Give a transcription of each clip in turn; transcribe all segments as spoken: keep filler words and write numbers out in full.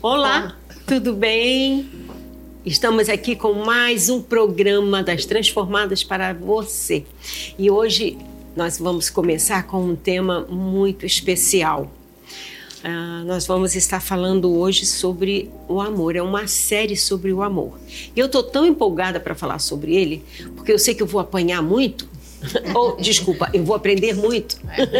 Olá, tudo bem? Estamos aqui com mais um programa das Transformadas para você. E hoje nós vamos começar com um tema muito especial. Uh, nós vamos estar falando hoje sobre o amor, é uma série sobre o amor. E eu estou tão empolgada para falar sobre ele, porque eu sei que eu vou apanhar muito, ou, desculpa, eu vou aprender muito,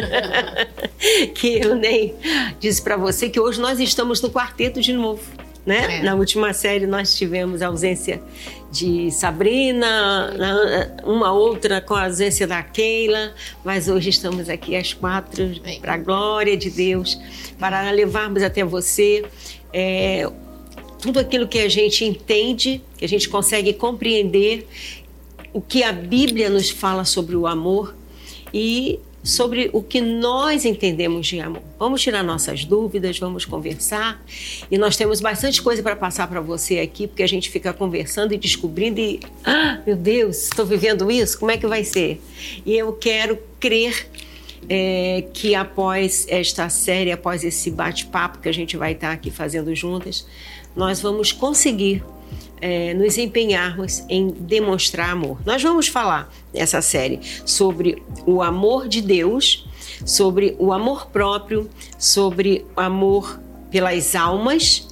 que eu nem disse para você que hoje nós estamos no quarteto de novo. Né? É. Na última série nós tivemos a ausência de Sabrina, uma outra com a ausência da Keila, mas hoje estamos aqui às quatro, para a glória de Deus, para levarmos até você é, tudo aquilo que a gente entende, que a gente consegue compreender, o que a Bíblia nos fala sobre o amor e sobre o que nós entendemos de amor. Vamos tirar nossas dúvidas, vamos conversar e nós temos bastante coisa para passar para você aqui, porque a gente fica conversando e descobrindo e, ah, meu Deus, estou vivendo isso? Como é que vai ser? E eu quero crer é, que após esta série, após esse bate-papo que a gente vai estar aqui fazendo juntas, nós vamos conseguir É, nos empenharmos em demonstrar amor. Nós vamos falar nessa série sobre o amor de Deus, sobre o amor próprio, sobre o amor pelas almas,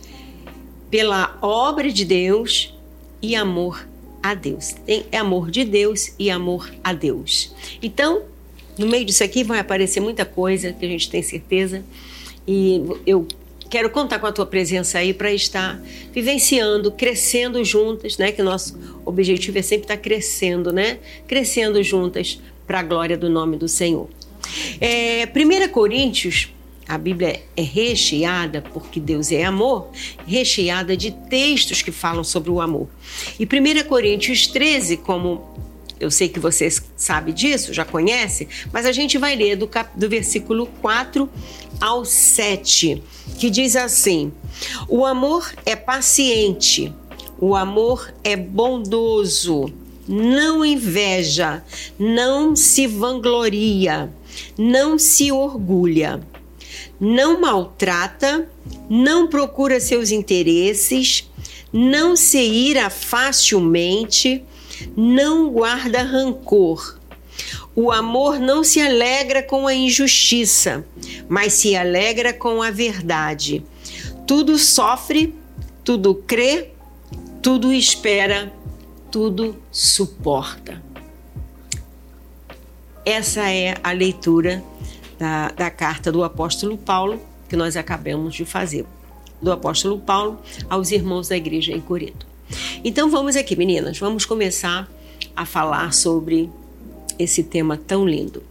pela obra de Deus e amor a Deus. Tem amor de Deus e amor a Deus. Então, no meio disso aqui vai aparecer muita coisa que a gente tem certeza e eu quero contar com a tua presença aí para estar vivenciando, crescendo juntas, né? Que o nosso objetivo é sempre estar crescendo, né? Crescendo juntas para a glória do nome do Senhor. É, primeira Coríntios, a Bíblia é recheada, porque Deus é amor, recheada de textos que falam sobre o amor. E primeira Coríntios treze, como eu sei que você sabe disso, já conhece, mas a gente vai ler do, cap... do versículo quatro ao sete, que diz assim: o amor é paciente, o amor é bondoso, não inveja, não se vangloria, não se orgulha, não maltrata, não procura seus interesses, não se ira facilmente, não guarda rancor. O amor não se alegra com a injustiça, mas se alegra com a verdade. Tudo sofre, tudo crê, tudo espera, tudo suporta. Essa é a leitura da, da carta do apóstolo Paulo, que nós acabamos de fazer, do apóstolo Paulo aos irmãos da igreja em Corinto. Então vamos aqui, meninas, vamos começar a falar sobre esse tema tão lindo.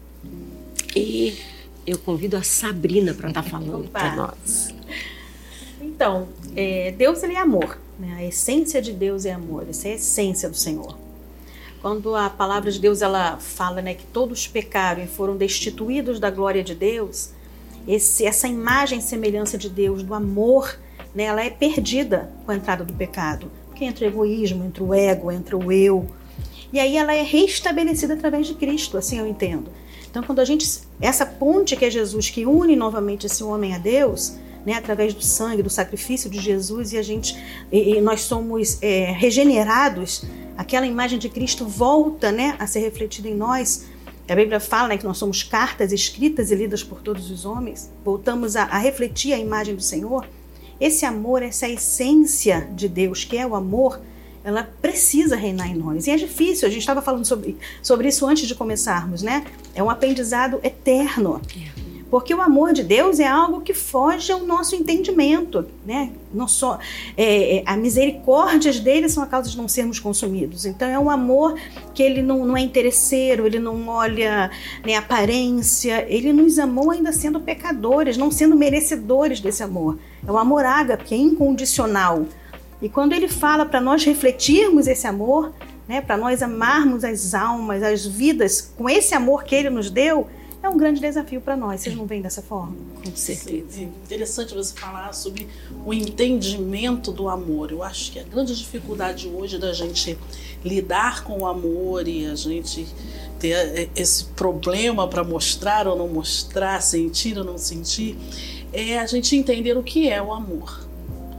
E eu convido a Sabrina para estar tá falando para nós. Então, é, Deus ele é amor, né? A essência de Deus é amor, essa é a essência do Senhor. Quando a palavra de Deus ela fala, né, que todos pecaram e foram destituídos da glória de Deus, esse, essa imagem e semelhança de Deus, do amor, né, ela é perdida com a entrada do pecado. Que entra o egoísmo, entra o ego, entra o eu. E aí ela é restabelecida através de Cristo, assim eu entendo. Então, quando a gente... Essa ponte que é Jesus, que une novamente esse homem a Deus, né, através do sangue, do sacrifício de Jesus, e a gente... E, e nós somos é, regenerados, aquela imagem de Cristo volta, né, a ser refletida em nós. A Bíblia fala, né, que nós somos cartas escritas e lidas por todos os homens. Voltamos a, a refletir a imagem do Senhor. Esse amor, essa essência de Deus, que é o amor, ela precisa reinar em nós. E é difícil, a gente estava falando sobre, sobre isso antes de começarmos, né? É um aprendizado eterno. Porque o amor de Deus é algo que foge ao nosso entendimento, né? Não só, é, a misericórdia dele são a causa de não sermos consumidos. Então é um amor que ele não, não é interesseiro, ele não olha, né, aparência, ele nos amou ainda sendo pecadores, não sendo merecedores desse amor. É um amor ágape, é incondicional. E quando ele fala para nós refletirmos esse amor, né, para nós amarmos as almas, as vidas com esse amor que ele nos deu, é um grande desafio para nós. Vocês não veem dessa forma? Com certeza. É interessante você falar sobre o entendimento do amor. Eu acho que a grande dificuldade hoje da gente lidar com o amor e a gente ter esse problema para mostrar ou não mostrar, sentir ou não sentir, é a gente entender o que é o amor.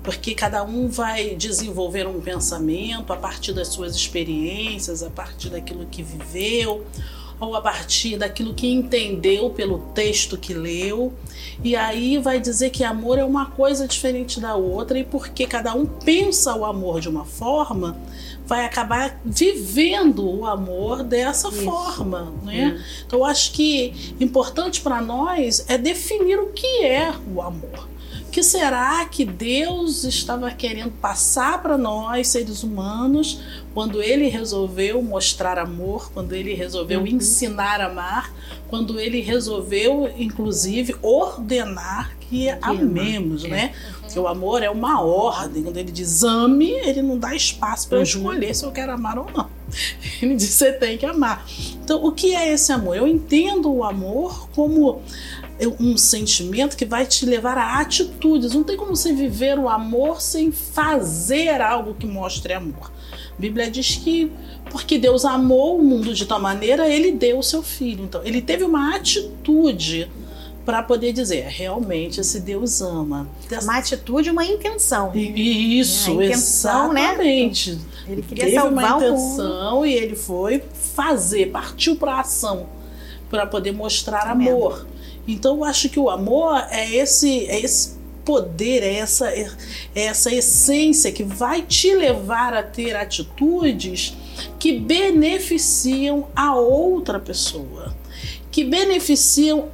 porque cada um vai desenvolver um pensamento a partir das suas experiências, a partir daquilo que viveu, ou a partir daquilo que entendeu pelo texto que leu, e aí vai dizer que amor é uma coisa diferente da outra, e porque cada um pensa o amor de uma forma, vai acabar vivendo o amor dessa Isso. forma, né? Hum. Então eu acho que importante para nós é definir o que é o amor. O que será que Deus estava querendo passar para nós, seres humanos, quando Ele resolveu mostrar amor, quando Ele resolveu uhum. ensinar a amar, quando Ele resolveu, inclusive, ordenar que, que amemos, amar. né? É. Porque o amor é uma ordem. Quando Ele diz ame, Ele não dá espaço para uhum. eu escolher se eu quero amar ou não. Ele diz, você tem que amar. Então, o que é esse amor? Eu entendo o amor como um sentimento que vai te levar a atitudes. Não tem como você viver o amor sem fazer algo que mostre amor. A Bíblia diz que porque Deus amou o mundo de tal maneira, Ele deu o seu Filho. Então, Ele teve uma atitude para poder dizer, realmente esse Deus ama. Uma atitude, uma intenção. Isso, é, a intenção, exatamente. Né? Ele queria teve salvar uma intenção e Ele foi fazer, partiu para a ação para poder mostrar amor. Então eu acho que o amor é esse, é esse poder, é essa, é essa essência que vai te levar a ter atitudes que beneficiam a outra pessoa, que beneficiam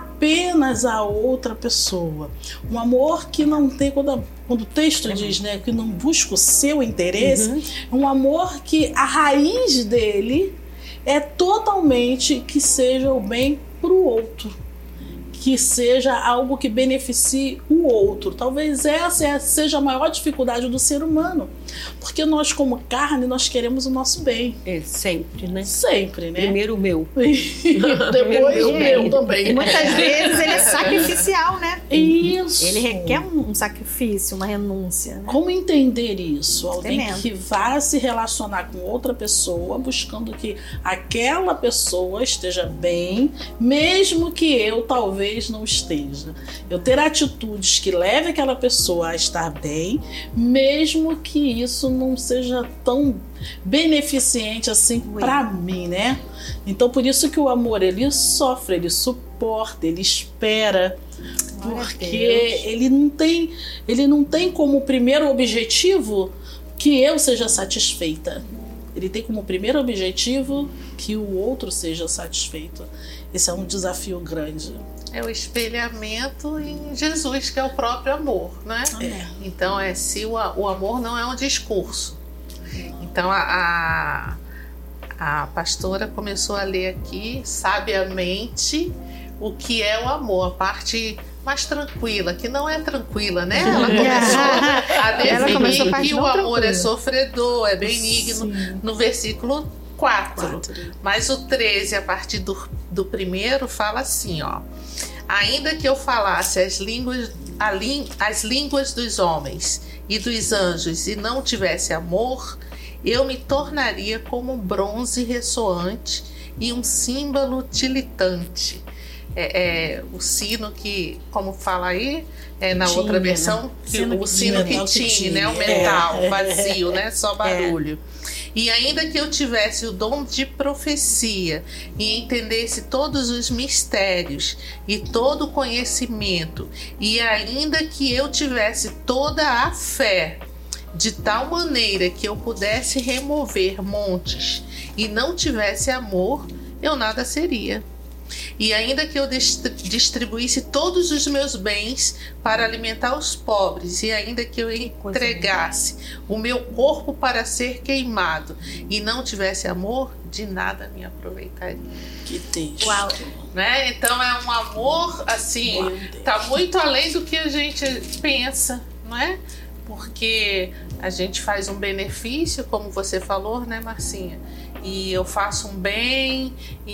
apenas a outra pessoa. Um amor que não tem, quando, quando o texto diz, né, que não busca o seu interesse, uhum. é um amor que a raiz dele é totalmente que seja o bem para o outro, que seja algo que beneficie o outro. Talvez essa seja a maior dificuldade do ser humano, porque nós, como carne, nós queremos o nosso bem. É, sempre, né? Sempre, né? Primeiro o meu. Depois o meu também. E muitas vezes ele é sacrificial, né? Isso. Ele requer um sacrifício, uma renúncia. Né? Como entender isso? Alguém Tremendo. que vai se relacionar com outra pessoa, buscando que aquela pessoa esteja bem, mesmo que eu talvez não esteja. Eu ter atitudes que levem aquela pessoa a estar bem, mesmo que isso não seja tão beneficente assim para mim, né? Então por isso que o amor, ele sofre, ele suporta, ele espera, porque ele não tem, ele não tem como primeiro objetivo que eu seja satisfeita. Ele tem como primeiro objetivo que o outro seja satisfeito. Esse é um desafio grande. É o espelhamento em Jesus, que é o próprio amor, né? É. Então, é, se o, o amor não é um discurso. Então, a, a, a pastora começou a ler aqui, sabiamente, o que é o amor, a parte mais tranquila, que não é tranquila, né? Ela começou a definir começou a que o amor tranquila. É sofredor, é benigno, Sim. no versículo quatro. Mas o treze, a partir do, do primeiro, fala assim, ó. Ainda que eu falasse as línguas, a lí, as línguas dos homens e dos anjos e não tivesse amor, eu me tornaria como um bronze ressoante e um símbolo tilitante. É, é, o sino que, como fala aí, é, na tine, outra versão, né? que, sino o sino que tine, tine, né? O metal, é. vazio, né? Só barulho. É. E ainda que eu tivesse o dom de profecia e entendesse todos os mistérios e todo o conhecimento, e ainda que eu tivesse toda a fé, de tal maneira que eu pudesse remover montes e não tivesse amor, eu nada seria. E ainda que eu distribuísse todos os meus bens para alimentar os pobres, e ainda que eu entregasse o meu corpo para ser queimado e não tivesse amor, de nada me aproveitaria. Que texto. Uau. Né? Então é um amor assim, tá muito além do que a gente pensa, não é? Porque a gente faz um benefício, como você falou, né, Marcinha? E eu faço um bem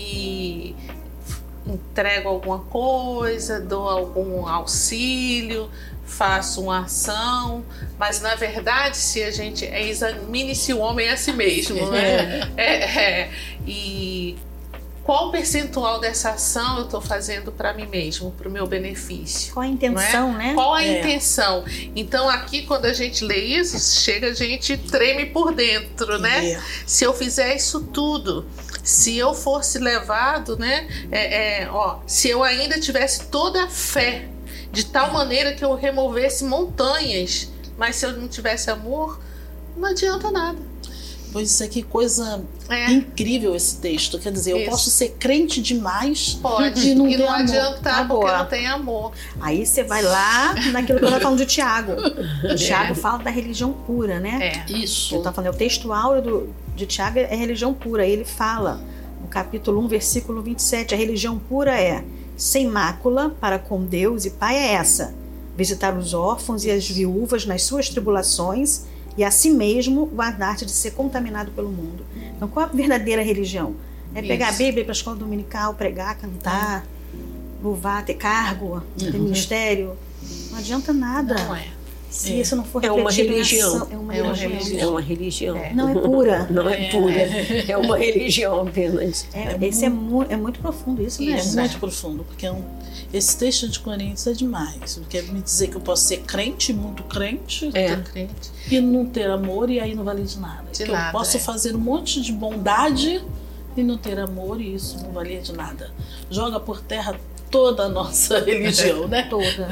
e entrego alguma coisa, dou algum auxílio, faço uma ação, mas na verdade, se a gente examine se o homem é a si mesmo, né? É, é, e qual percentual dessa ação eu estou fazendo para mim mesmo, para o meu benefício? Qual a intenção, não é? né? Qual a É. intenção? Então aqui quando a gente lê isso, chega a gente treme por dentro, né? É. Se eu fizer isso tudo, se eu fosse levado, né? É, é, ó, se eu ainda tivesse toda a fé, de tal maneira que eu removesse montanhas, mas se eu não tivesse amor, não adianta nada. Pois é, que coisa É. incrível esse texto. Quer dizer, eu Isso. posso ser crente demais Pode, e não e ter não amor. adiantar Tá porque boa. não tem amor. Aí você vai lá naquilo que eu estava falando de Tiago. O Tiago fala da religião pura, né? É. Isso. Eu estava falando, o texto áureo do, de Tiago é religião pura. Ele fala, no capítulo um, versículo vinte e sete, a religião pura é sem mácula para com Deus e Pai é essa, visitar os órfãos e as viúvas nas suas tribulações e a si mesmo guardar-te de ser contaminado pelo mundo. Então, qual a verdadeira religião? É pegar Isso. a Bíblia para a escola dominical, pregar, cantar, louvar, ter cargo, ter Uhum. ministério. Não adianta nada. Não é. Se É. isso não for É uma refletido em religião. ação, é uma É uma religião. religião. É uma religião. É. Não é pura. Não é É. pura. É uma religião apenas. É, É esse é, mu é muito profundo isso, né? É Isso. muito profundo, porque é um- esse texto de Coríntios é demais. Quer me dizer que eu posso ser crente, muito crente, É. Tô crente. e não ter amor e aí não vale de nada. De que nada, eu posso é. fazer um monte de bondade e não ter amor e isso não valia de nada. Joga por terra toda a nossa religião, né? Toda.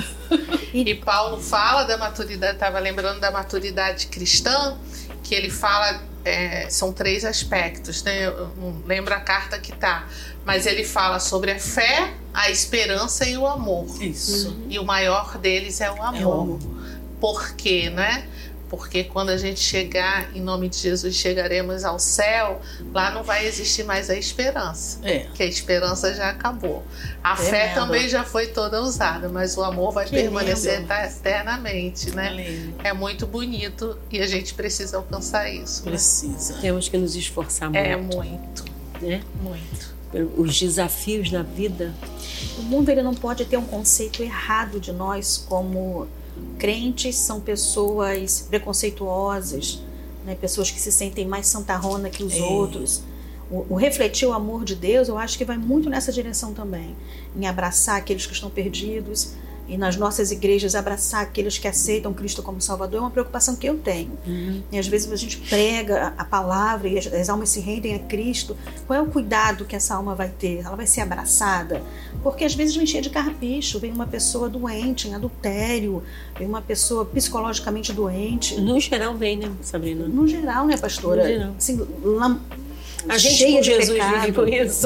E Paulo fala da maturidade, estava lembrando da maturidade cristã, que ele fala, é, são três aspectos, né? Eu não lembro a carta que tá, mas ele fala sobre a fé, a esperança e o amor. Isso. E o maior deles é o amor. É o amor. Por quê, né? Porque quando a gente chegar, em nome de Jesus, chegaremos ao céu, lá não vai existir mais a esperança. É. Que a esperança já acabou. A Tremendo. fé também já foi toda usada, mas o amor vai Que permanecer lindo. ta- eternamente, né? Lindo. É muito bonito e a gente precisa alcançar isso. né? Precisa. Temos que nos esforçar muito. É muito, Né? muito. Os desafios na vida. O mundo ele não pode ter um conceito errado de nós como crentes, são pessoas preconceituosas, né? Pessoas que se sentem mais santarrona que os É. outros. O, o refletir o amor de Deus, eu acho que vai muito nessa direção também, em abraçar aqueles que estão perdidos e nas nossas igrejas abraçar aqueles que aceitam Cristo como Salvador é uma preocupação que eu tenho. E às vezes a gente prega a palavra e as, as almas se rendem a Cristo. Qual é o cuidado que essa alma vai ter? Ela vai ser abraçada? Porque às vezes vem cheia de carrapicho, vem uma pessoa doente, em adultério, vem uma pessoa psicologicamente doente. No geral vem, né, Sabrina? No geral, né, pastora? No geral. Assim, lam- A gente cheia com de Jesus pecado. vive com isso.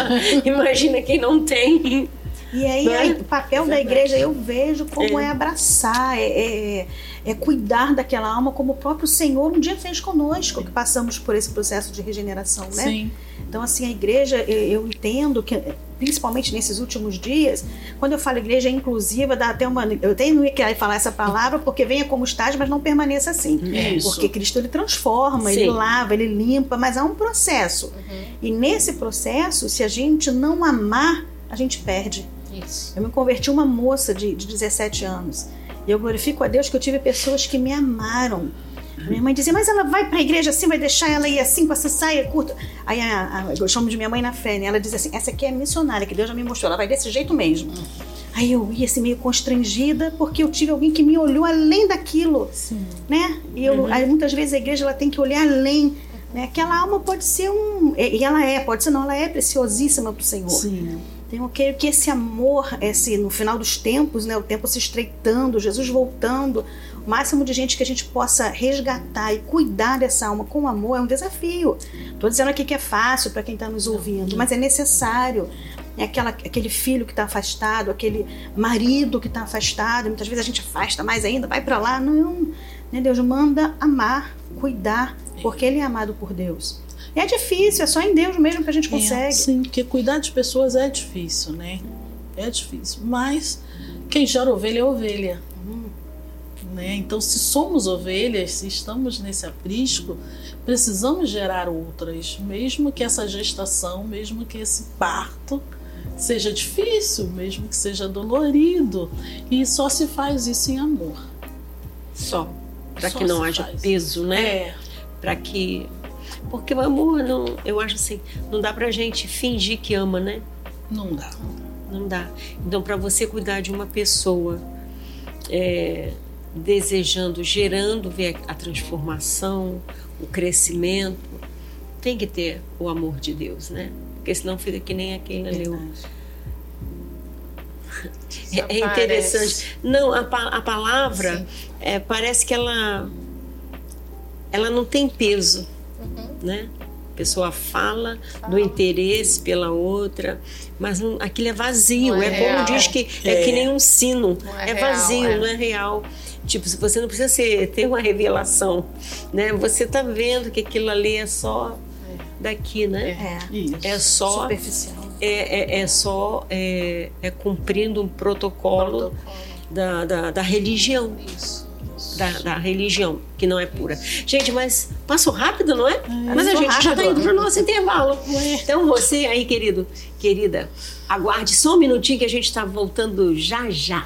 Imagina quem não tem. E aí, Não é? aí, o papel da igreja eu vejo como é, É. abraçar, é, é, é cuidar daquela alma como o próprio Senhor um dia fez conosco, que passamos por esse processo de regeneração, né? Sim. Então, assim, a igreja, eu, eu entendo que, principalmente nesses últimos dias, quando eu falo igreja inclusiva, dá até uma... Eu até não ia querer falar essa palavra, porque venha como estás, mas não permaneça assim. Isso. Porque Cristo, ele transforma, Sim. ele lava, ele limpa, mas há um processo. E nesse processo, se a gente não amar, a gente perde. Isso. Eu me converti uma moça de, de dezessete anos. E eu glorifico a Deus que eu tive pessoas que me amaram. Minha mãe dizia, mas ela vai para a igreja assim, vai deixar ela ir assim, com essa saia curta. Aí a, a, eu chamo de minha mãe na fé, né? Ela diz assim, essa aqui é a missionária, que Deus já me mostrou, ela vai desse jeito mesmo. Aí eu ia assim meio constrangida, porque eu tive alguém que me olhou além daquilo, Sim. né? E eu, aí, muitas vezes a igreja ela tem que olhar além, né? Aquela alma pode ser um... E ela é, pode ser não, ela é preciosíssima para o Senhor. Sim. Então, eu creio que esse amor, esse, no final dos tempos, né, o tempo se estreitando, Jesus voltando, o máximo de gente que a gente possa resgatar e cuidar dessa alma com amor é um desafio. Estou dizendo aqui que é fácil para quem está nos ouvindo, mas é necessário. É aquela, aquele filho que está afastado, aquele marido que está afastado, muitas vezes a gente afasta mais ainda, vai para lá. Não, né, Deus manda amar, cuidar, porque Ele é amado por Deus. E é difícil, é só em Deus mesmo que a gente É, consegue. sim, porque cuidar de pessoas é difícil, né? É difícil. Mas quem gera ovelha é ovelha. Né? Então, se somos ovelhas, se estamos nesse aprisco, precisamos gerar outras, mesmo que essa gestação, mesmo que esse parto seja difícil, mesmo que seja dolorido. E só se faz isso em amor. Só. Para Só que não se haja faz. peso, né? É. Para que Porque o amor, não, eu acho assim, não dá pra gente fingir que ama, né? Não dá. Não dá. Então, para você cuidar de uma pessoa, é, desejando, gerando ver a transformação, o crescimento, tem que ter o amor de Deus, né? Porque senão fica que nem aquele ali. É, é interessante. Não, a, a palavra é, parece que ela, ela não tem peso, uhum. né? A pessoa fala ah. do interesse pela outra, mas não, aquilo é vazio. Não é, é como diz que é, é que nem um sino. É, é vazio, real, é. não é real. Tipo, você não precisa ser, ter uma revelação, né? Você tá vendo que aquilo ali é só daqui, né? É, Isso. é só superficial. É, é, é só é, é cumprindo um protocolo, protocolo. Da, da, da religião. Isso. Da, da religião, que não é pura. Gente, mas passou rápido, não é? é mas a gente rápido. já está indo para o nosso intervalo. Ué. Então você aí, querido, querida, aguarde só um minutinho que a gente está voltando já já.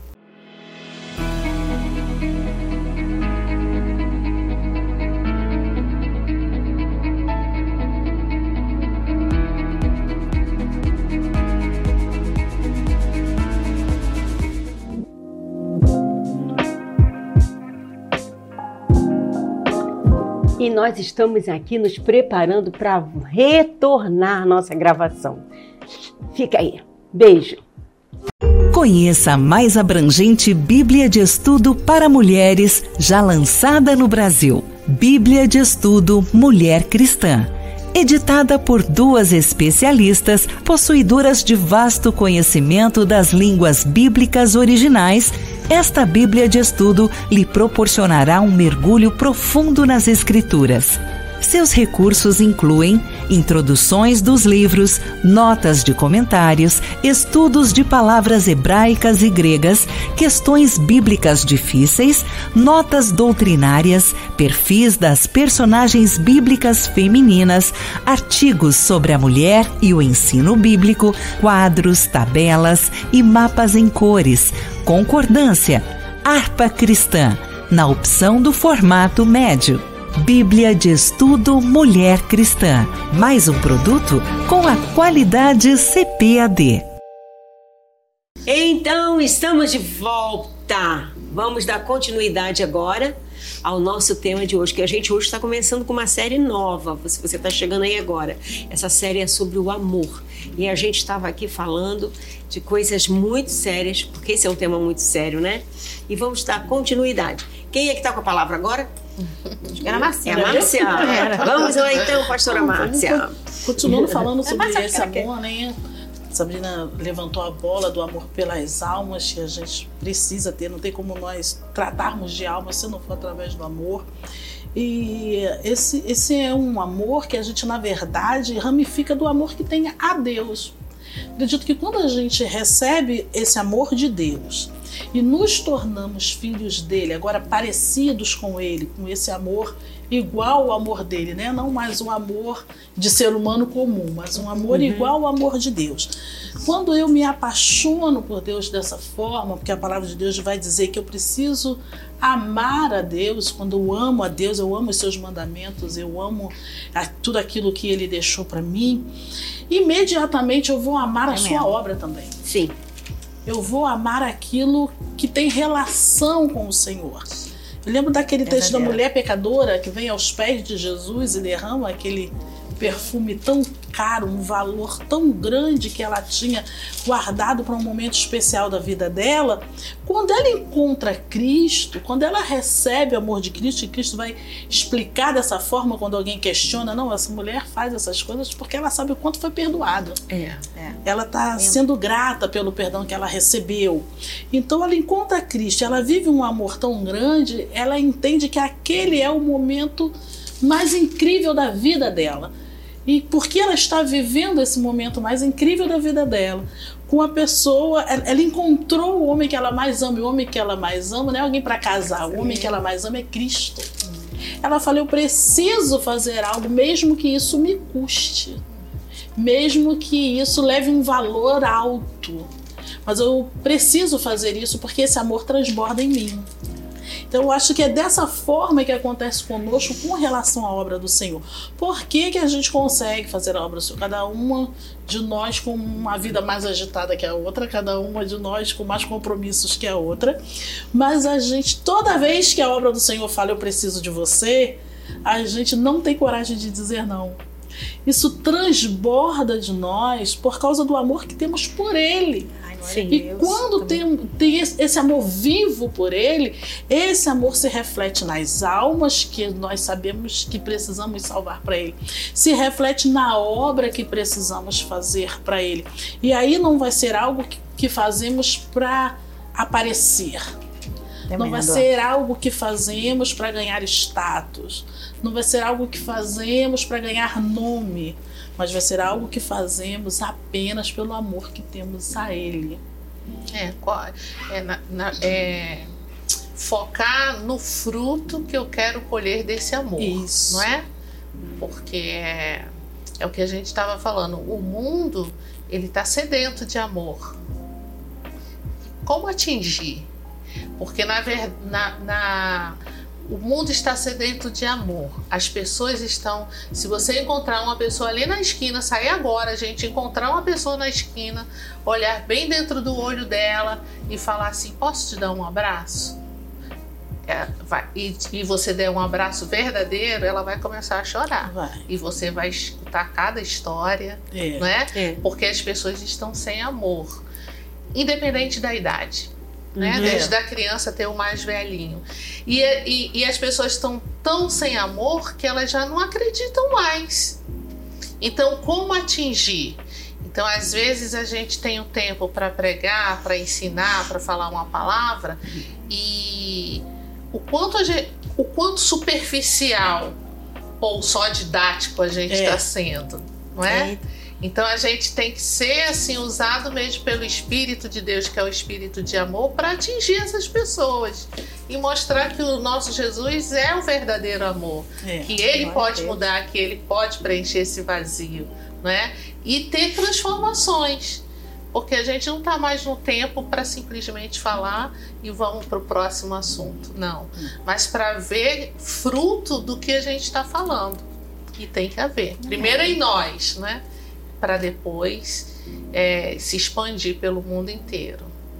E nós estamos aqui nos preparando para retornar à nossa gravação. Fica aí. Beijo. Conheça a mais abrangente Bíblia de Estudo para Mulheres já lançada no Brasil. Bíblia de Estudo Mulher Cristã. Editada por duas especialistas possuidoras de vasto conhecimento das línguas bíblicas originais, esta Bíblia de Estudo lhe proporcionará um mergulho profundo nas Escrituras. Seus recursos incluem introduções dos livros, notas de comentários, estudos de palavras hebraicas e gregas, questões bíblicas difíceis, notas doutrinárias, perfis das personagens bíblicas femininas, artigos sobre a mulher e o ensino bíblico, quadros, tabelas e mapas em cores, concordância, harpa cristã, na opção do formato médio. Bíblia de Estudo Mulher Cristã. Mais um produto com a qualidade C P A D. Então, estamos de volta. Vamos dar continuidade agora ao nosso tema de hoje, que a gente hoje está começando com uma série nova, se você está chegando aí agora. Essa série é sobre o amor. E a gente estava aqui falando de coisas muito sérias, porque esse é um tema muito sério, né? E vamos dar continuidade. Quem é que está com a palavra agora? Era Márcia. É a Márcia. Vamos lá então, pastora Márcia. Continuando falando sobre esse amor, né? Sabrina levantou a bola do amor pelas almas que a gente precisa ter. Não tem como nós tratarmos de alma se não for através do amor. E esse, esse é um amor que a gente, na verdade, ramifica do amor que tem a Deus. Acredito que quando a gente recebe esse amor de Deus e nos tornamos filhos dele, agora parecidos com ele, com esse amor igual ao amor dele, né? Não mais um amor de ser humano comum, mas um amor uhum. igual ao amor de Deus. Quando eu me apaixono por Deus dessa forma, porque a palavra de Deus vai dizer que eu preciso amar a Deus, quando eu amo a Deus, eu amo os seus mandamentos, eu amo tudo aquilo que ele deixou para mim, imediatamente eu vou amar é a sua mesmo. obra também. Sim. Eu vou amar aquilo que tem relação com o Senhor. Eu lembro daquele é texto verdade. da mulher pecadora que vem aos pés de Jesus e derrama aquele perfume tão caro, um valor tão grande que ela tinha guardado para um momento especial da vida dela. Quando ela encontra Cristo, quando ela recebe o amor de Cristo, e Cristo vai explicar dessa forma quando alguém questiona, não, essa mulher faz essas coisas porque ela sabe o quanto foi perdoada. É, é. Ela está sendo grata pelo perdão que ela recebeu. Então ela encontra Cristo, ela vive um amor tão grande, ela entende que aquele é o momento mais incrível da vida dela. E porque ela está vivendo esse momento mais incrível da vida dela, com a pessoa, ela encontrou o homem que ela mais ama, e o homem que ela mais ama não é alguém para casar, o homem que ela mais ama é Cristo. Ela fala, eu preciso fazer algo, mesmo que isso me custe, mesmo que isso leve um valor alto, mas eu preciso fazer isso porque esse amor transborda em mim. Então eu acho que é dessa forma que acontece conosco com relação à obra do Senhor. Por que que a gente consegue fazer a obra do Senhor? Cada uma de nós com uma vida mais agitada que a outra, cada uma de nós com mais compromissos que a outra, mas a gente, toda vez que a obra do Senhor fala, eu preciso de você, a gente não tem coragem de dizer não. Isso transborda de nós por causa do amor que temos por Ele. Sim, e quando tem, tem esse amor vivo por Ele, esse amor se reflete nas almas que nós sabemos que precisamos salvar para Ele, se reflete na obra que precisamos fazer para Ele. E aí não vai ser algo que, que fazemos para aparecer. Tremendo. Não vai ser algo que fazemos para ganhar status, não vai ser algo que fazemos para ganhar nome, mas vai ser algo que fazemos apenas pelo amor que temos a Ele. É, é, na, na, é focar no fruto que eu quero colher desse amor. Isso. Não é? Porque é, é o que a gente estava falando. O mundo, ele está sedento de amor. Como atingir? Porque na verdade, na, o mundo está sedento de amor. As pessoas estão... Se você encontrar uma pessoa ali na esquina, sair agora, gente, encontrar uma pessoa na esquina, olhar bem dentro do olho dela e falar assim, posso te dar um abraço? É, vai, e, e você der um abraço verdadeiro, ela vai começar a chorar. Vai. E você vai escutar cada história, é. não é? É. Porque as pessoas estão sem amor. Independente da idade. Né? Uhum. Desde a criança até o mais velhinho. E, e, e as pessoas estão tão sem amor que elas já não acreditam mais. Então, como atingir? Então, às vezes a gente tem um tempo para pregar, para ensinar, para falar uma palavra, e o quanto, a gente, o quanto superficial ou só didático a gente está é. sendo, não é? é? Então a gente tem que ser assim usado mesmo pelo Espírito de Deus, que é o Espírito de amor, para atingir essas pessoas e mostrar que o nosso Jesus é o verdadeiro amor, é, que Ele pode mudar, que Ele pode preencher esse vazio, não é? E ter transformações, porque a gente não está mais no tempo para simplesmente falar e vamos para o próximo assunto, não, mas para ver fruto do que a gente está falando, e tem que haver, primeiro em nós, né? Para depois é, se expandir pelo mundo inteiro.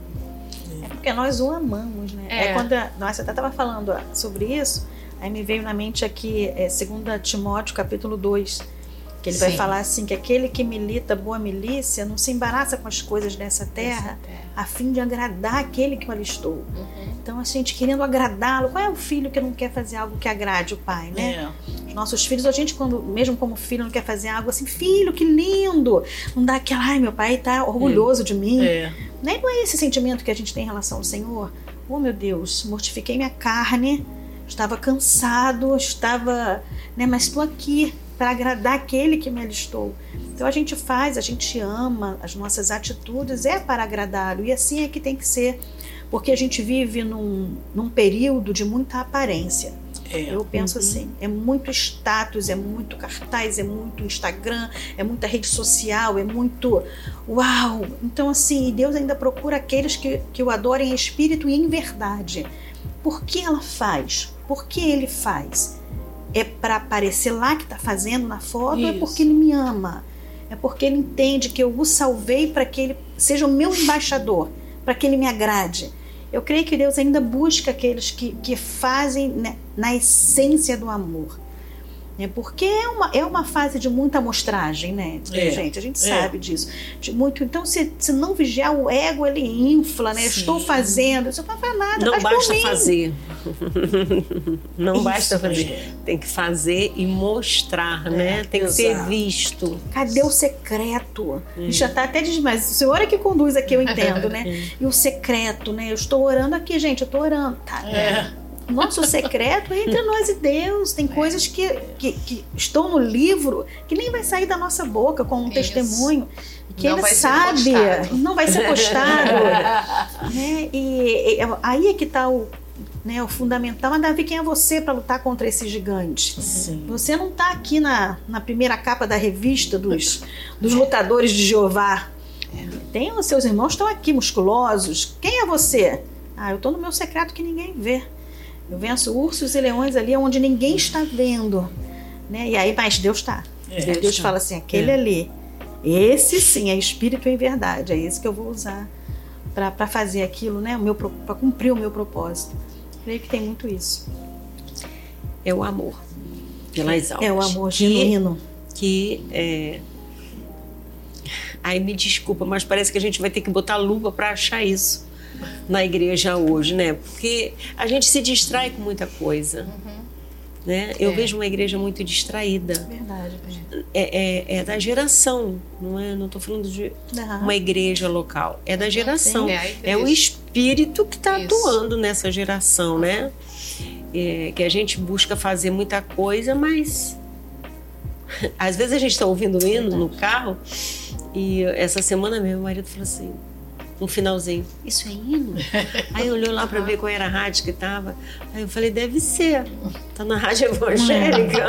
É porque nós o amamos, né? É, é quando a, nossa, até estava falando sobre isso, aí me veio na mente aqui é, dois Timóteo capítulo dois, que ele Sim. vai falar assim, que aquele que milita boa milícia não se embaraça com as coisas dessa terra, terra. a fim de agradar aquele que o alistou. Uhum. Então, assim, a gente querendo agradá-lo, qual é o filho que não quer fazer algo que agrade o pai, né? É. Os nossos filhos, a gente, quando, mesmo como filho, não quer fazer algo assim, filho, que lindo! Não dá aquela, ai, meu pai tá orgulhoso é. de mim. É. Né? Não é esse sentimento que a gente tem em relação ao Senhor? Oh, meu Deus, mortifiquei minha carne, estava cansado, estava, né, mas estou aqui para agradar aquele que me alistou. Então a gente faz, a gente ama, as nossas atitudes é para agradá-lo, e assim é que tem que ser, porque a gente vive num, num período de muita aparência. É. Eu penso uhum. assim, é muito status, é muito cartaz, é muito Instagram, é muita rede social, é muito uau. Então assim, Deus ainda procura aqueles que, que o adorem em espírito e em verdade. Por que ela faz? Por que ele faz? É para aparecer lá que está fazendo na foto? Isso. É porque ele me ama? É porque ele entende que eu o salvei para que ele seja o meu embaixador, para que ele me agrade? Eu creio que Deus ainda busca aqueles que, que fazem, né, na essência do amor. É porque é uma, é uma fase de muita amostragem, né, é, gente? A gente é. sabe disso. De muito, então, se, se não vigiar o ego, ele infla, né? Sim. Estou fazendo, isso não faz nada. Não faz basta fazer. Não isso, basta fazer. É. Tem que fazer e mostrar, é, né? Tem que exato. ser visto. Cadê o secreto? Hum. Já está até demais. O Senhor é que conduz aqui, eu entendo, né? E o secreto, né? Eu estou orando aqui, gente, eu estou orando. Tá, é. Nosso secreto é entre nós e Deus. Tem coisas que, que, que estão no livro que nem vai sair da nossa boca com um Isso. testemunho. Que não ele sabe, não vai ser postado. né? e, e aí é que está o, né, o fundamental. Mas Davi, quem é você para lutar contra esse gigante? Sim. Você não está aqui na, na primeira capa da revista dos, dos lutadores de Jeová. Tem, os seus irmãos estão aqui musculosos. Quem é você? Ah, eu estou no meu secreto que ninguém vê. Eu venço ursos e leões ali onde ninguém está vendo, né? E aí, mas Deus está. É, Deus, Deus fala assim, aquele é. ali, esse sim é espírito em verdade, é esse que eu vou usar para fazer aquilo, né? Para cumprir o meu propósito. Creio que tem muito isso. É o amor pelas almas. É o amor genuíno. Que, que é... Aí me desculpa, mas parece que a gente vai ter que botar lupa para achar isso na igreja hoje, né? Porque a gente se distrai com muita coisa. Uhum. Né? Eu é. vejo uma igreja muito distraída. Verdade. É, é, é da geração, não é? Não estou falando de uhum. uma igreja local. É da geração. É, é o espírito que está atuando nessa geração, né? É, que a gente busca fazer muita coisa, mas às vezes a gente está ouvindo o hino no carro e essa semana meu marido falou assim, um finalzinho, isso é hino? Aí olhou lá para ver qual era a rádio que estava. Aí eu falei, deve ser, tá na rádio evangélica.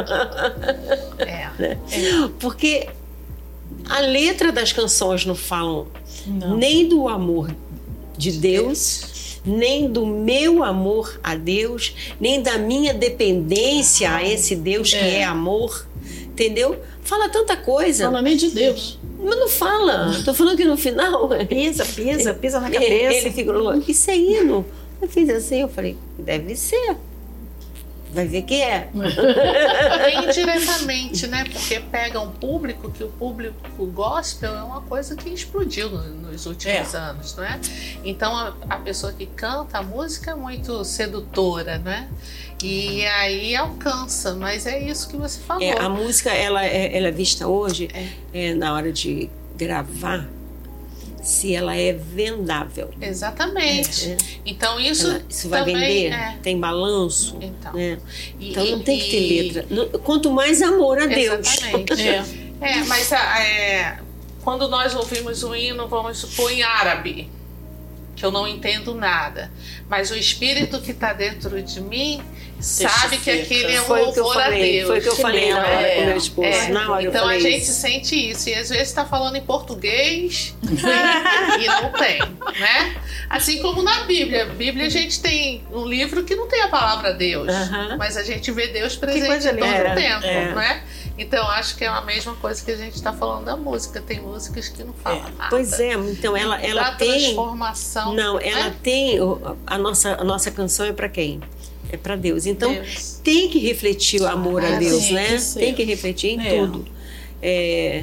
É. Né? É. Porque a letra das canções não falam não. nem do amor de Deus, nem do meu amor a Deus, nem da minha dependência a esse Deus que é, é amor, entendeu? Fala tanta coisa. Fala nem de Deus. Mas não fala. Tô falando que no final... Pisa, pisa, pisa na cabeça. Ele, ele ficou, isso é hino. Eu fiz assim, eu falei, deve ser. Vai ver que é. Indiretamente, né? Porque pega um público, que o público gospel é uma coisa que explodiu no, nos últimos é. anos, não é? Então, a, a pessoa que canta a música é muito sedutora, né? E aí alcança, mas é isso que você falou. É, a música, ela é, ela é vista hoje, é. É, na hora de gravar, se ela é vendável. Exatamente. É. Então isso, ela, isso vai também vender, é. tem balanço. Então, né? e, então não e, tem que ter e... letra. Quanto mais amor a Deus. Exatamente. é. é, mas é, quando nós ouvimos o hino, vamos supor em árabe, que eu não entendo nada, mas o Espírito que está dentro de mim sabe que aquele é um louvor a Deus. Foi o que eu falei na hora é, com meu esposo. É, na hora então a gente isso. sente isso. E às vezes está falando em português e não tem, né? Assim como na Bíblia. A Bíblia a gente tem um livro que não tem a palavra Deus, uh-huh. mas a gente vê Deus presente todo o tempo, é. né? Então acho que é a mesma coisa que a gente está falando da música. Tem músicas que não falam é. nada. Pois é, então ela, ela da tem... transformação. Não, ela né? tem... A nossa, a nossa canção é para quem? É para Deus. Então, Deus. tem que refletir o amor ah, a Deus, tem né? Que tem que refletir em é. tudo. É...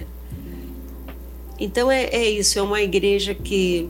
Então, é, é isso. É uma igreja que...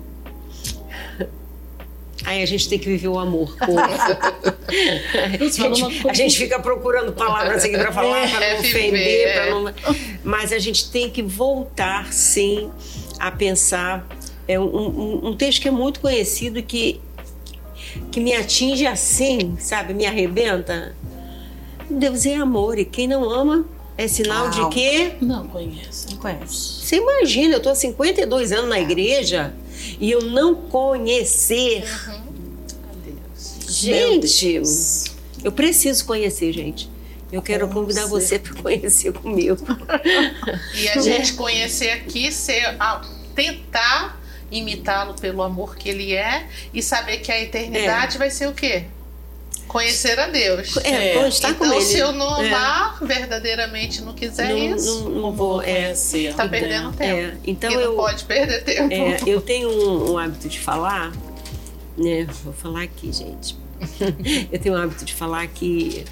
Aí a gente tem que viver o amor. a, gente, a gente fica procurando palavras aqui para falar, para não ofender. Pra não... Mas a gente tem que voltar, sim, a pensar. É um, um, um texto que é muito conhecido que que me atinge assim, sabe? Me arrebenta. Deus é amor e quem não ama é sinal ah, de que... Não conhece. Não conhece. Você imagina, eu tô há cinquenta e dois anos na igreja e eu não conhecer. Uhum. Deus. Gente, Deus. Eu preciso conhecer, gente. Eu quero Com convidar você para conhecer comigo. E a gente conhecer aqui, ser, tentar... imitá-lo pelo amor que ele é e saber que a eternidade é. vai ser o quê? Conhecer a Deus. É, é. Estar então, com ele. se eu não amar é. verdadeiramente, não quiser não, isso, não, não vou conhecer. Está perdendo tempo. É. Então e eu, não pode perder tempo. É, eu tenho um, um hábito de falar, né? Vou falar aqui, gente. Eu tenho um hábito de falar que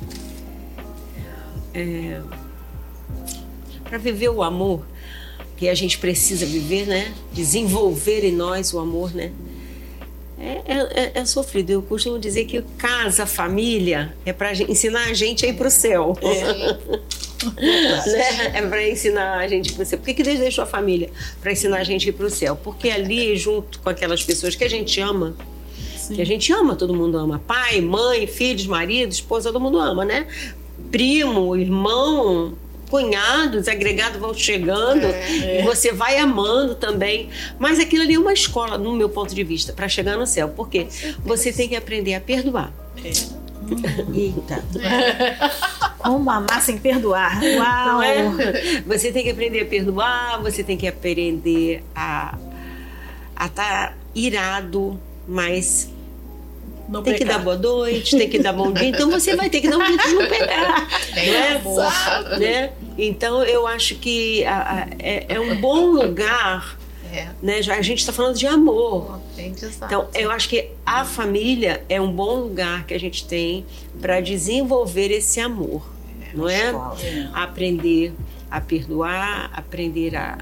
é, para viver o amor que a gente precisa viver, né? Desenvolver em nós o amor, né? É, é, é sofrido. Eu costumo dizer que casa, família, é para ensinar a gente a ir para o céu. É, né? É para ensinar a gente para o céu. Por que, que Deus deixou a família? Para ensinar a gente a ir para o céu. Porque ali, junto com aquelas pessoas que a gente ama, Sim. que a gente ama, todo mundo ama. Pai, mãe, filhos, marido, esposa, todo mundo ama, né? Primo, irmão... cunhados, agregados vão chegando é, é. e você vai amando também. Mas aquilo ali é uma escola, no meu ponto de vista, para chegar no céu. Porque você tem que aprender a perdoar. É. Eita. É. Como amar sem perdoar. Uau! Não é? Você tem que aprender a perdoar, você tem que aprender a estar tá irado, mas Não tem pegar. que dar boa noite, tem que dar bom dia, então você vai ter que dar um jeito de não pegar. Tem né? amor. Né? Então eu acho que a, a, é, é um bom lugar, É. né? Já a gente está falando de amor. Aprendizado. Então eu acho que a família é um bom lugar que a gente tem para desenvolver esse amor, não é? escola. Aprender a perdoar, aprender a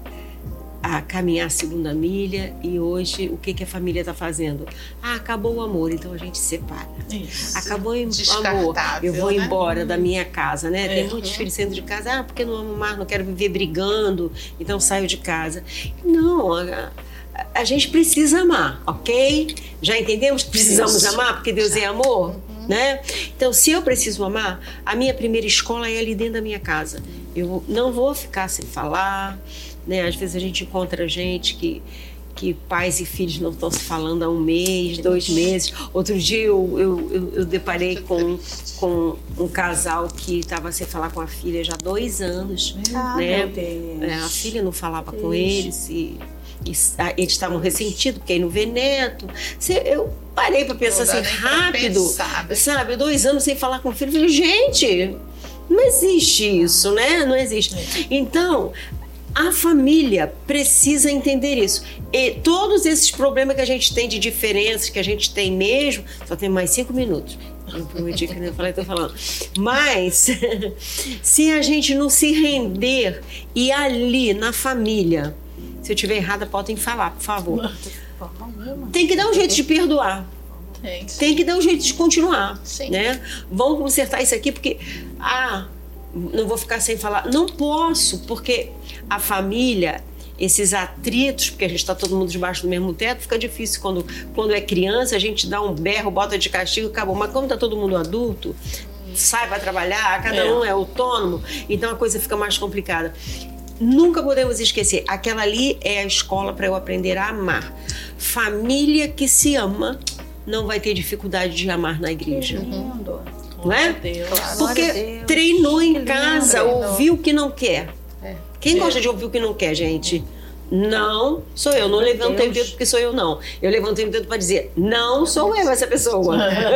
a caminhar a segunda milha. E hoje o que, que a família está fazendo? Ah, acabou o amor, então a gente separa. Isso. Acabou o amor, Descartável, eu vou né? embora da minha casa, né? Tem É. muitos filhos saindo de casa, ah, porque não amo mais, não quero viver brigando, então saio de casa. Não, a, a gente precisa amar, ok? Já entendemos que precisamos Isso. amar, porque Deus é amor, né? Então, se eu preciso amar, a minha primeira escola é ali dentro da minha casa. Eu não vou ficar sem falar, né? Às vezes a gente encontra gente que, que pais e filhos não estão se falando há um mês, dois meses. Outro dia eu, eu, eu, eu deparei com, com um casal que estava sem falar com a filha já há dois anos. Ah, né? meu Deus. É, a filha não falava com Deus. eles e, e a- eles estavam ressentidos porque aí não vê neto. Cê- Eu parei para pensar Não dá assim, nem pra rápido, pensar, né? sabe? Dois anos sem falar com o filho. Eu falei, gente, não existe isso, né? Não existe. Então, a família precisa entender isso. E todos esses problemas que a gente tem de diferenças, que a gente tem mesmo, só tem mais cinco minutos. Eu prometi que eu falei, tô falando. Mas, se a gente não se render e ali na família, se eu estiver errada, podem falar, por favor. Tem que dar um jeito de perdoar. Tem. Tem que dar um jeito de continuar, Sim. né? Vamos consertar isso aqui porque, ah, não vou ficar sem falar. Não posso, porque a família, esses atritos, porque a gente está todo mundo debaixo do mesmo teto, fica difícil quando, quando é criança, a gente dá um berro, bota de castigo e acabou. Mas como está todo mundo adulto, sai para trabalhar, cada É. um é autônomo, então a coisa fica mais complicada. Nunca podemos esquecer, aquela ali é a escola para eu aprender a amar. Família que se ama não vai ter dificuldade de amar na igreja. Lindo. Não é? Deus. Porque Glória a Deus. treinou em Que lindo. casa, Treinou. ouviu o que não quer. É. Quem É. gosta de ouvir o que não quer, gente? Não sou eu. Não Meu levantei o Deus. dedo porque sou eu, não. Eu levantei o dedo para dizer, não sou eu essa pessoa.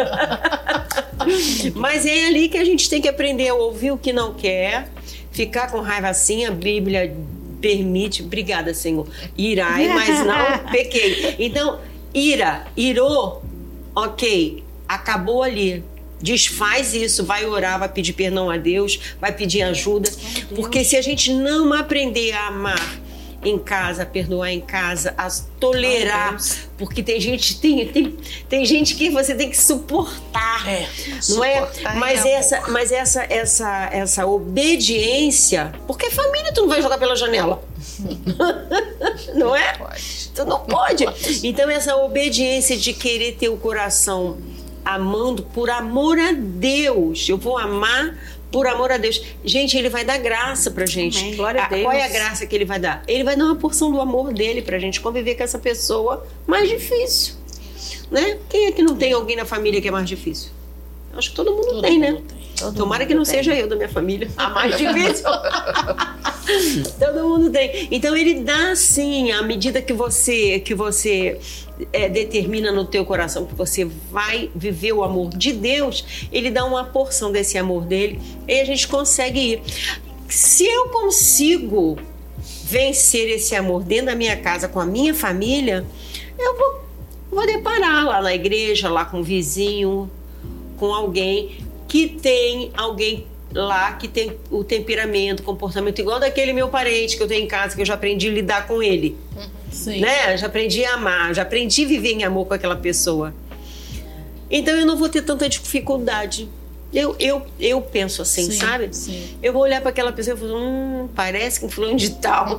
Mas é ali que a gente tem que aprender a ouvir o que não quer, ficar com raiva assim, a Bíblia permite, obrigada, Senhor, irai, mas não pequei. Então, ira, irou, ok, acabou ali. Desfaz isso, vai orar, vai pedir perdão a Deus, vai pedir ajuda. Porque se a gente não aprender a amar em casa, a perdoar em casa, a tolerar, porque tem gente, tem, tem, tem gente que você tem que suportar. É. Não é? Suportar Mas e essa, amor. mas essa, essa, essa obediência, porque família tu não vai jogar pela janela. Não é? Pode. Tu não pode. Então essa obediência de querer ter o coração amando por amor a Deus. Eu vou amar por amor a Deus. Gente, ele vai dar graça pra gente. Amém. Glória a Deus. Qual é a graça que ele vai dar? Ele vai dar uma porção do amor dele pra gente conviver com essa pessoa mais difícil. Né? Quem é que não tem alguém na família que é mais difícil? Acho que todo mundo Todo tem, né? mundo tem. Todo Tomara mundo que não tem. seja eu da minha família a mais difícil. Todo mundo tem. Então ele dá sim, à medida que você que você é, determina no teu coração que você vai viver o amor de Deus, ele dá uma porção desse amor dele e a gente consegue ir. Se eu consigo vencer esse amor dentro da minha casa com a minha família, eu vou, vou deparar lá na igreja, lá com o vizinho, com alguém que tem alguém lá que tem o temperamento, comportamento igual daquele meu parente que eu tenho em casa, que eu já aprendi a lidar com ele, Sim. né? Já aprendi a amar, já aprendi a viver em amor com aquela pessoa. Então eu não vou ter tanta dificuldade. Eu, eu, eu penso assim, Sim, sabe? sim. Eu vou olhar para aquela pessoa e falar, hum, parece que um fulano de tal.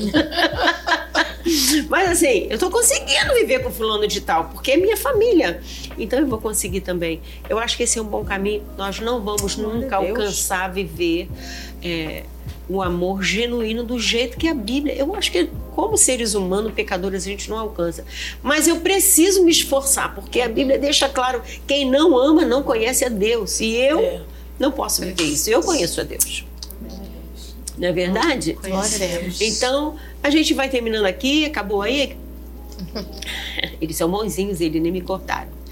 Mas assim, eu tô conseguindo viver com fulano de tal, porque é minha família. Então eu vou conseguir também. Eu acho que esse é um bom caminho. Nós não vamos Glória nunca a Deus. alcançar a viver é, o amor genuíno do jeito que a Bíblia... Eu acho que como seres humanos, pecadores, a gente não alcança. Mas eu preciso me esforçar, porque a Bíblia deixa claro, quem não ama não conhece a Deus. E eu É. não posso viver isso. Eu conheço a Deus. Não é verdade? Conhecemos. Então, a gente vai terminando aqui, acabou aí. Eles são bonzinhos, eles nem me cortaram.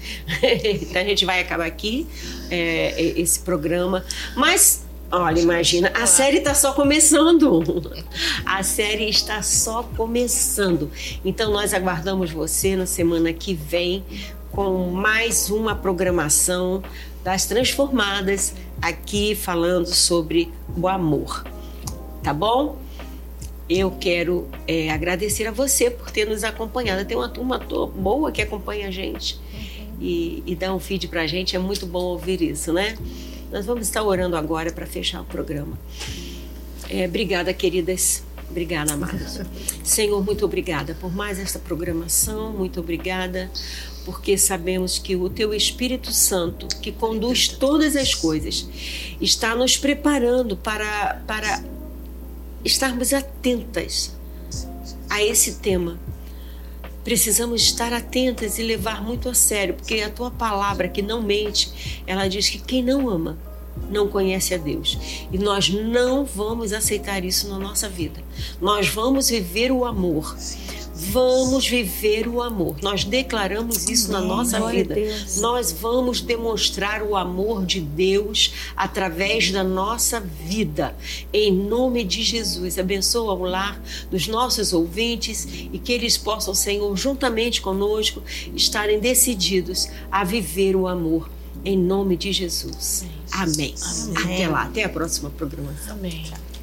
Então a gente vai acabar aqui é, esse programa. Mas, olha, imagina, a série está só começando. A série está só começando. Então nós aguardamos você na semana que vem com mais uma programação das Transformadas, aqui falando sobre o amor. Tá bom? Eu quero é, agradecer a você por ter nos acompanhado. Tem uma turma boa que acompanha a gente e, e dá um feed pra gente. É muito bom ouvir isso, né? Nós vamos estar orando agora para fechar o programa. É, obrigada, queridas. Obrigada, amados. Senhor, muito obrigada por mais esta programação. Muito obrigada, porque sabemos que o Teu Espírito Santo, que conduz todas as coisas, está nos preparando para, para estarmos atentas a esse tema. Precisamos estar atentas e levar muito a sério, porque a Tua palavra, que não mente, ela diz que quem não ama não conhece a Deus. E nós não vamos aceitar isso na nossa vida. Nós vamos viver o amor. Vamos viver o amor. Nós declaramos isso na nossa vida. Nós vamos demonstrar o amor de Deus através da nossa vida. Em nome de Jesus, abençoa o lar dos nossos ouvintes e que eles possam, Senhor, juntamente conosco, estarem decididos a viver o amor. Em nome de Jesus. Amém. Amém. Até lá. Até a próxima programação. Amém.